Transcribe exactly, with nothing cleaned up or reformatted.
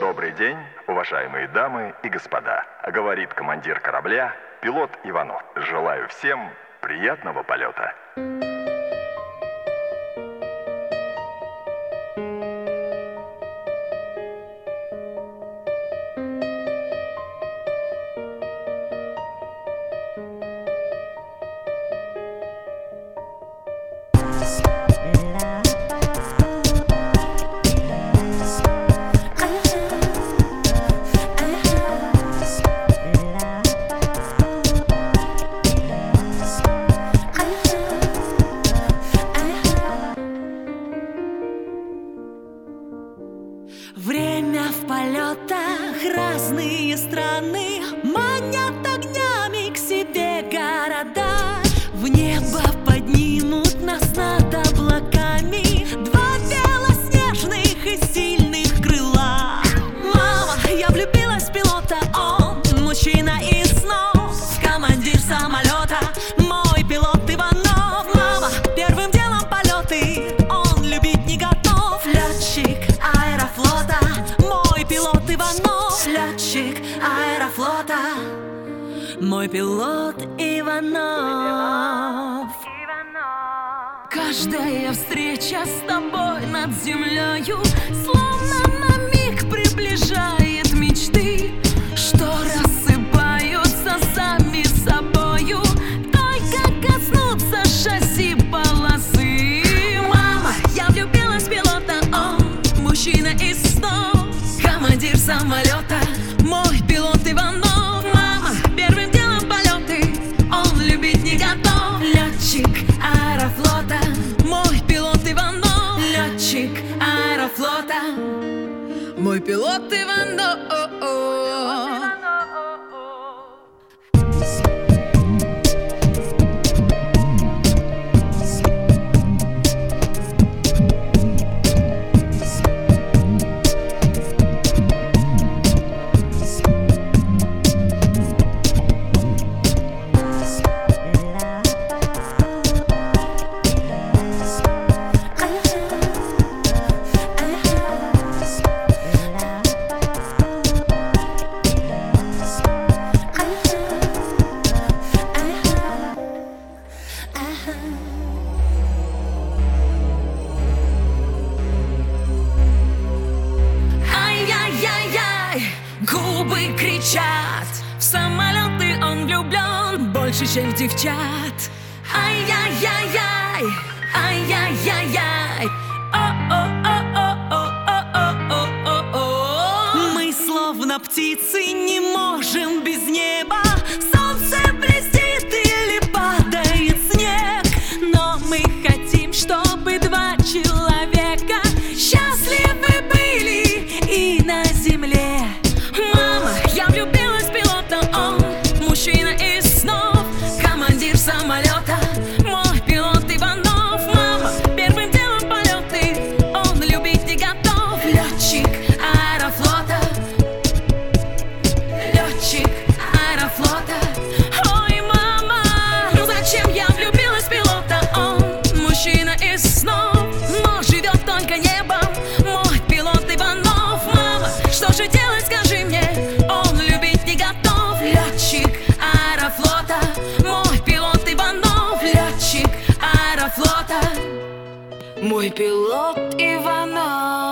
Добрый день, уважаемые дамы и господа. Говорит командир корабля, пилот Иванов. Желаю всем приятного полета. Время в полетах, разные страны манят огнями к себе города. В небо поднимут нас над облаками два белоснежных и сильных крыла. Мама, я влюбилась в пилота, он мужчина из снов, командир самолета, мой пилот Иванов. Мама, первым делом полеты он любить не готов. Летчик Аэрофлота, мой пилот Иванов. Летчик Аэрофлота, мой пилот Иванов. Каждая встреча с тобой над землею словно на миг приближает мечты, что рассыпаются сами собою, только коснуться шасси полосы. Мама, я влюбилась в пилота, он мужчина из снов, командир самолета, мой пилот Иванов. Мама, первым делом полеты он любить не готов. Летчик Аэрофлота, мой пилот Иванов. Летчик Аэрофлота, мой пилот Иванов. Губы кричат, в самолеты он влюблен больше, чем в девчат. Ай-яй-яй-яй, ай-яй-яй-яй, о-о-о-о-о-о-о-о. Мы словно птицы не можем без неба. Солнце блестит или падает снег, но мы хотим, чтобы два человека счастливы были и на земле. Мама, я влюбилась в пилота, он мужчина из снов, командир самолета, мой пилот Иванов. Мама, первым делом полеты он любить не готов. Летчик Аэрофлота, летчик Аэрофлота. Ой, мама, ну зачем я влюбилась в пилота, он мужчина из снов, но живет только небом, мой пилот Иванов. Мама, что же делать, скажи мне, он любить не готов. Летчик Аэрофлота, мой пилот Иванов. Летчик Аэрофлота, мой пилот Иванов.